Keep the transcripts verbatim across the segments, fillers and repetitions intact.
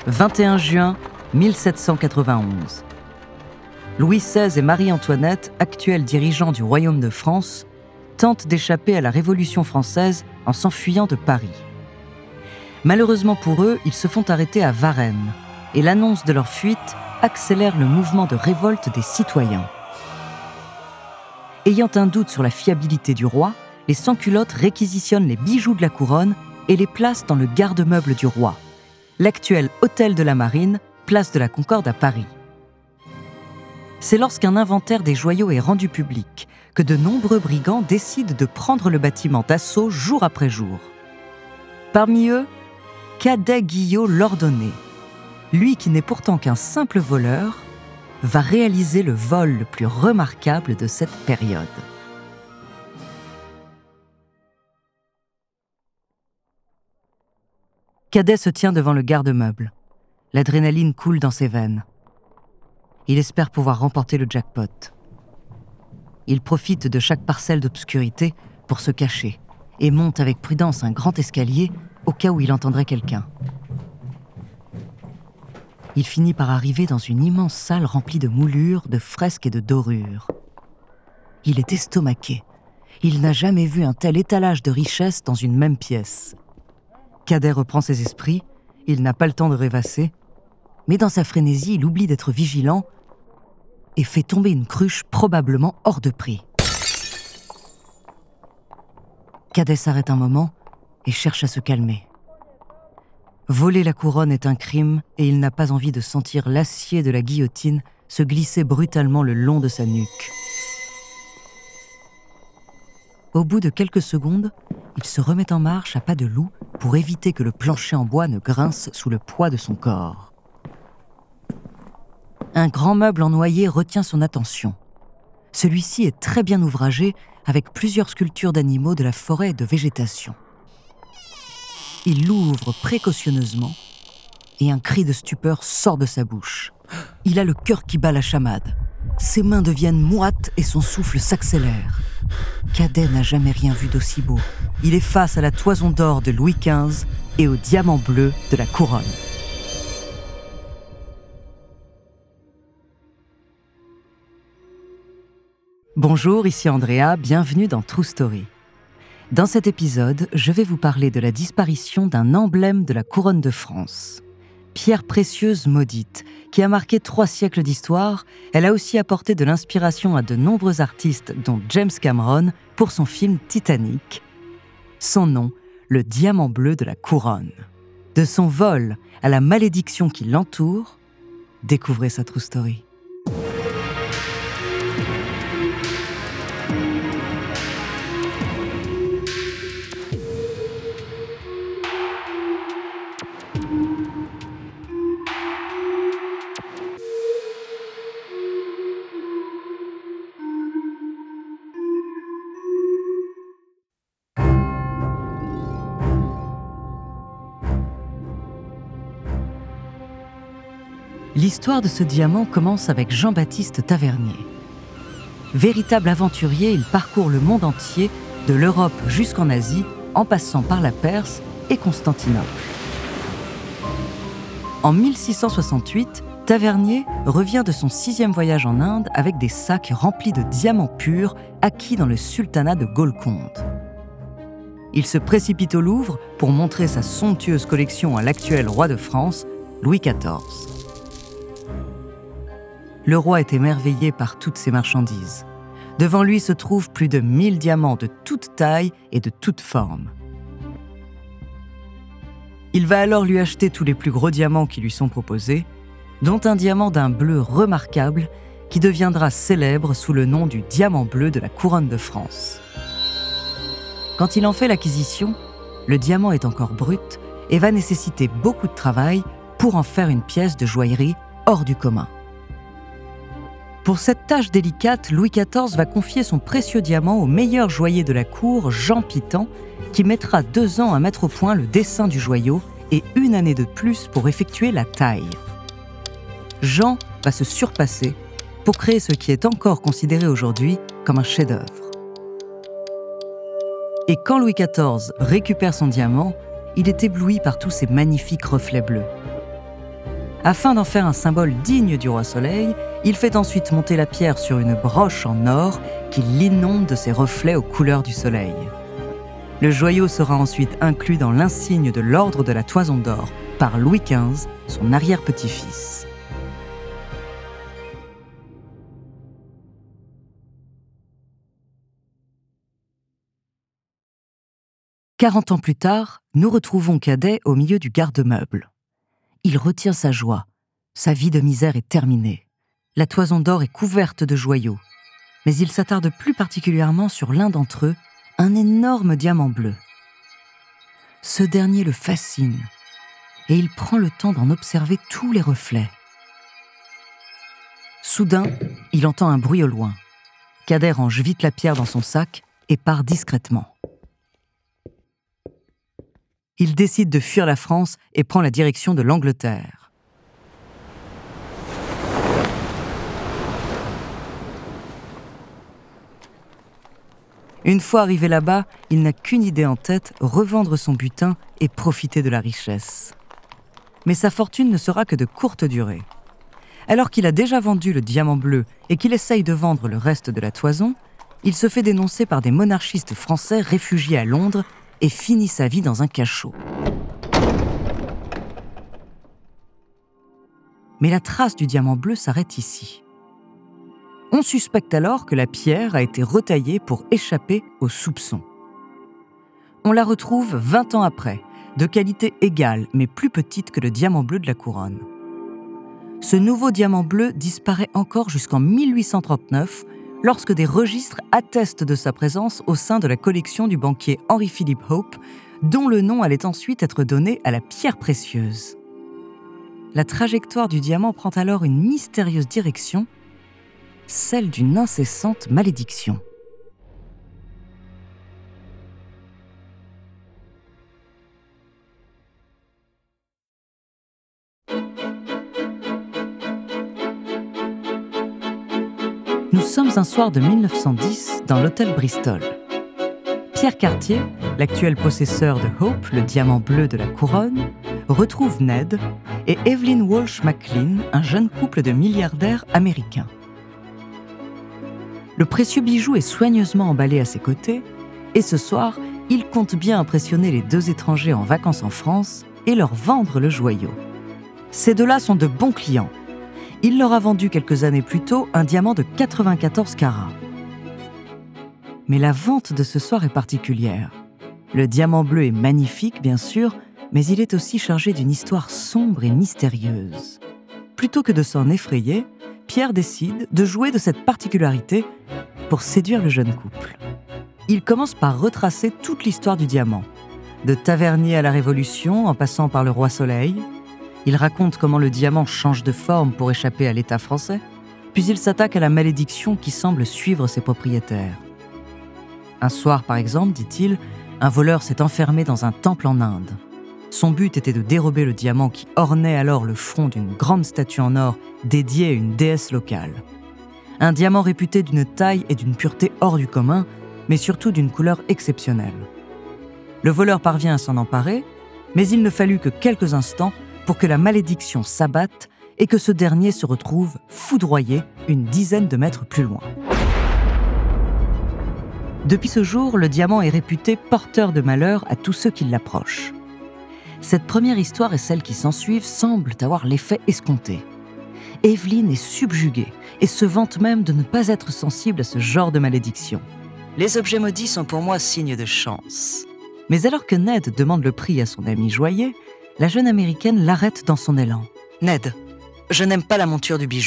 vingt et un juin mille sept cent quatre-vingt-onze. Louis seize et Marie-Antoinette, actuels dirigeants du Royaume de France, tentent d'échapper à la Révolution française en s'enfuyant de Paris. Malheureusement pour eux, ils se font arrêter à Varennes, et l'annonce de leur fuite accélère le mouvement de révolte des citoyens. Ayant un doute sur la fiabilité du roi, les sans-culottes réquisitionnent les bijoux de la couronne et les placent dans le garde-meuble du roi, l'actuel hôtel de la Marine, place de la Concorde à Paris. C'est lorsqu'un inventaire des joyaux est rendu public que de nombreux brigands décident de prendre le bâtiment d'assaut jour après jour. Parmi eux, Cadet Guillot Lordonné, lui qui n'est pourtant qu'un simple voleur, va réaliser le vol le plus remarquable de cette période. Cadet se tient devant le garde-meuble. L'adrénaline coule dans ses veines. Il espère pouvoir remporter le jackpot. Il profite de chaque parcelle d'obscurité pour se cacher et monte avec prudence un grand escalier au cas où il entendrait quelqu'un. Il finit par arriver dans une immense salle remplie de moulures, de fresques et de dorures. Il est estomaqué. Il n'a jamais vu un tel étalage de richesses dans une même pièce. Cadet reprend ses esprits, il n'a pas le temps de rêvasser, mais dans sa frénésie, il oublie d'être vigilant et fait tomber une cruche probablement hors de prix. Cadet s'arrête un moment et cherche à se calmer. Voler la couronne est un crime et il n'a pas envie de sentir l'acier de la guillotine se glisser brutalement le long de sa nuque. Au bout de quelques secondes, il se remet en marche à pas de loup pour éviter que le plancher en bois ne grince sous le poids de son corps. Un grand meuble en noyer retient son attention. Celui-ci est très bien ouvragé avec plusieurs sculptures d'animaux de la forêt et de végétation. Il l'ouvre précautionneusement et un cri de stupeur sort de sa bouche. Il a le cœur qui bat la chamade. Ses mains deviennent moites et son souffle s'accélère. Cadet n'a jamais rien vu d'aussi beau. Il est face à la toison d'or de Louis quinze et au diamant bleu de la couronne. Bonjour, ici Andrea, bienvenue dans True Story. Dans cet épisode, je vais vous parler de la disparition d'un emblème de la couronne de France. Pierre précieuse maudite, qui a marqué trois siècles d'histoire, elle a aussi apporté de l'inspiration à de nombreux artistes, dont James Cameron, pour son film Titanic. Son nom, le diamant bleu de la couronne. De son vol à la malédiction qui l'entoure, découvrez sa True Story. L'histoire de ce diamant commence avec Jean-Baptiste Tavernier. Véritable aventurier, il parcourt le monde entier, de l'Europe jusqu'en Asie, en passant par la Perse et Constantinople. En mille six cent soixante-huit, Tavernier revient de son sixième voyage en Inde avec des sacs remplis de diamants purs acquis dans le sultanat de Golconde. Il se précipite au Louvre pour montrer sa somptueuse collection à l'actuel roi de France, Louis quatorze. Le roi est émerveillé par toutes ces marchandises. Devant lui se trouvent plus de mille diamants de toute taille et de toute forme. Il va alors lui acheter tous les plus gros diamants qui lui sont proposés, dont un diamant d'un bleu remarquable qui deviendra célèbre sous le nom du diamant bleu de la couronne de France. Quand il en fait l'acquisition, le diamant est encore brut et va nécessiter beaucoup de travail pour en faire une pièce de joaillerie hors du commun. Pour cette tâche délicate, Louis quatorze va confier son précieux diamant au meilleur joaillier de la cour, Jean Pitan, qui mettra deux ans à mettre au point le dessin du joyau et une année de plus pour effectuer la taille. Jean va se surpasser pour créer ce qui est encore considéré aujourd'hui comme un chef-d'œuvre. Et quand Louis quatorze récupère son diamant, il est ébloui par tous ces magnifiques reflets bleus. Afin d'en faire un symbole digne du roi Soleil, il fait ensuite monter la pierre sur une broche en or qui l'inonde de ses reflets aux couleurs du soleil. Le joyau sera ensuite inclus dans l'insigne de l'ordre de la Toison d'Or par Louis quinze, son arrière-petit-fils. Quarante ans plus tard, nous retrouvons Cadet au milieu du garde-meuble. Il retient sa joie. Sa vie de misère est terminée. La Toison d'Or est couverte de joyaux. Mais il s'attarde plus particulièrement sur l'un d'entre eux, un énorme diamant bleu. Ce dernier le fascine, et il prend le temps d'en observer tous les reflets. Soudain, il entend un bruit au loin. Cadet range vite la pierre dans son sac et part discrètement. Il décide de fuir la France et prend la direction de l'Angleterre. Une fois arrivé là-bas, il n'a qu'une idée en tête, revendre son butin et profiter de la richesse. Mais sa fortune ne sera que de courte durée. Alors qu'il a déjà vendu le diamant bleu et qu'il essaye de vendre le reste de la toison, il se fait dénoncer par des monarchistes français réfugiés à Londres et finit sa vie dans un cachot. Mais la trace du diamant bleu s'arrête ici. On suspecte alors que la pierre a été retaillée pour échapper aux soupçons. On la retrouve vingt ans après, de qualité égale mais plus petite que le diamant bleu de la couronne. Ce nouveau diamant bleu disparaît encore jusqu'en mille huit cent trente-neuf, lorsque des registres attestent de sa présence au sein de la collection du banquier Henry Philip Hope, dont le nom allait ensuite être donné à la pierre précieuse. La trajectoire du diamant prend alors une mystérieuse direction, celle d'une incessante malédiction. Nous sommes un soir de mille neuf cent dix dans l'hôtel Bristol. Pierre Cartier, l'actuel possesseur de Hope, le diamant bleu de la couronne, retrouve Ned et Evelyn Walsh McLean, un jeune couple de milliardaires américains. Le précieux bijou est soigneusement emballé à ses côtés, et ce soir, il compte bien impressionner les deux étrangers en vacances en France et leur vendre le joyau. Ces deux-là sont de bons clients. Il leur a vendu quelques années plus tôt un diamant de quatre-vingt-quatorze carats. Mais la vente de ce soir est particulière. Le diamant bleu est magnifique, bien sûr, mais il est aussi chargé d'une histoire sombre et mystérieuse. Plutôt que de s'en effrayer, Pierre décide de jouer de cette particularité pour séduire le jeune couple. Il commence par retracer toute l'histoire du diamant, de Tavernier à la Révolution en passant par le Roi Soleil. Il raconte comment le diamant change de forme pour échapper à l'État français, puis il s'attaque à la malédiction qui semble suivre ses propriétaires. Un soir, par exemple, dit-il, un voleur s'est enfermé dans un temple en Inde. Son but était de dérober le diamant qui ornait alors le front d'une grande statue en or dédiée à une déesse locale. Un diamant réputé d'une taille et d'une pureté hors du commun, mais surtout d'une couleur exceptionnelle. Le voleur parvient à s'en emparer, mais il ne fallut que quelques instants pour que la malédiction s'abatte et que ce dernier se retrouve foudroyé une dizaine de mètres plus loin. Depuis ce jour, le diamant est réputé porteur de malheur à tous ceux qui l'approchent. Cette première histoire et celles qui s'ensuivent semblent avoir l'effet escompté. Evelyn est subjuguée et se vante même de ne pas être sensible à ce genre de malédiction. Les objets maudits sont pour moi signe de chance. Mais alors que Ned demande le prix à son ami joaillier, la jeune Américaine l'arrête dans son élan. « Ned, je n'aime pas la monture du bijou. »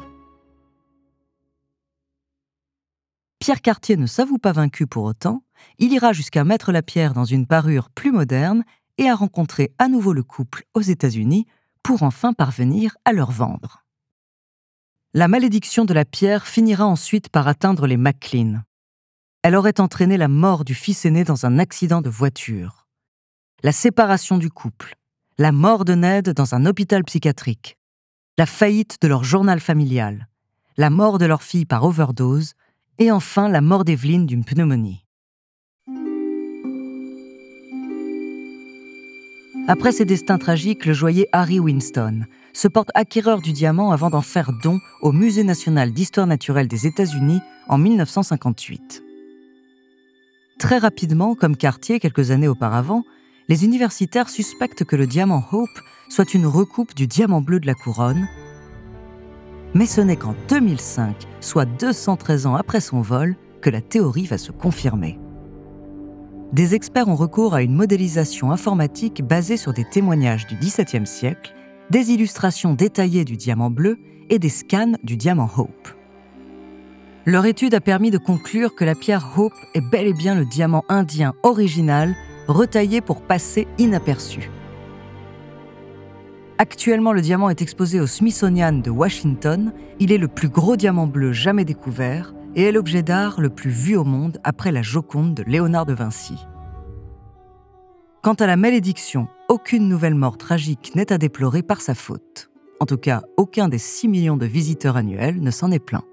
Pierre Cartier ne s'avoue pas vaincu pour autant. Il ira jusqu'à mettre la pierre dans une parure plus moderne et à rencontrer à nouveau le couple aux États-Unis pour enfin parvenir à leur vendre. La malédiction de la pierre finira ensuite par atteindre les McLean. Elle aurait entraîné la mort du fils aîné dans un accident de voiture, la séparation du couple, la mort de Ned dans un hôpital psychiatrique, la faillite de leur journal familial, la mort de leur fille par overdose et enfin la mort d'Evelyn d'une pneumonie. Après ses destins tragiques, le joaillier Harry Winston se porte acquéreur du diamant avant d'en faire don au Musée national d'histoire naturelle des États-Unis en mille neuf cent cinquante-huit. Très rapidement, comme Cartier quelques années auparavant, les universitaires suspectent que le diamant Hope soit une recoupe du diamant bleu de la couronne, mais ce n'est qu'en deux mille cinq, soit deux cent treize ans après son vol, que la théorie va se confirmer. Des experts ont recours à une modélisation informatique basée sur des témoignages du dix-septième siècle, des illustrations détaillées du diamant bleu et des scans du diamant Hope. Leur étude a permis de conclure que la pierre Hope est bel et bien le diamant indien original, retaillé pour passer inaperçu. Actuellement, le diamant est exposé au Smithsonian de Washington. Il est le plus gros diamant bleu jamais découvert et est l'objet d'art le plus vu au monde après la Joconde de Léonard de Vinci. Quant à la malédiction, aucune nouvelle mort tragique n'est à déplorer par sa faute. En tout cas, aucun des six millions de visiteurs annuels ne s'en est plaint.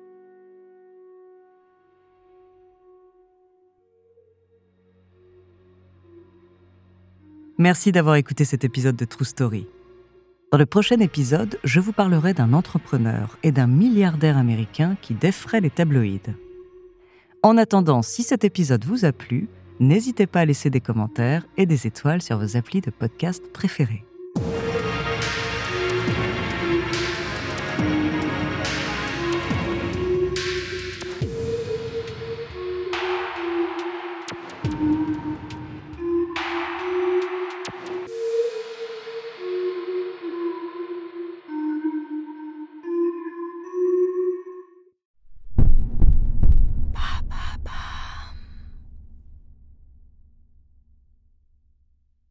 Merci d'avoir écouté cet épisode de True Story. Dans le prochain épisode, je vous parlerai d'un entrepreneur et d'un milliardaire américain qui défraie les tabloïds. En attendant, si cet épisode vous a plu, n'hésitez pas à laisser des commentaires et des étoiles sur vos applis de podcast préférés.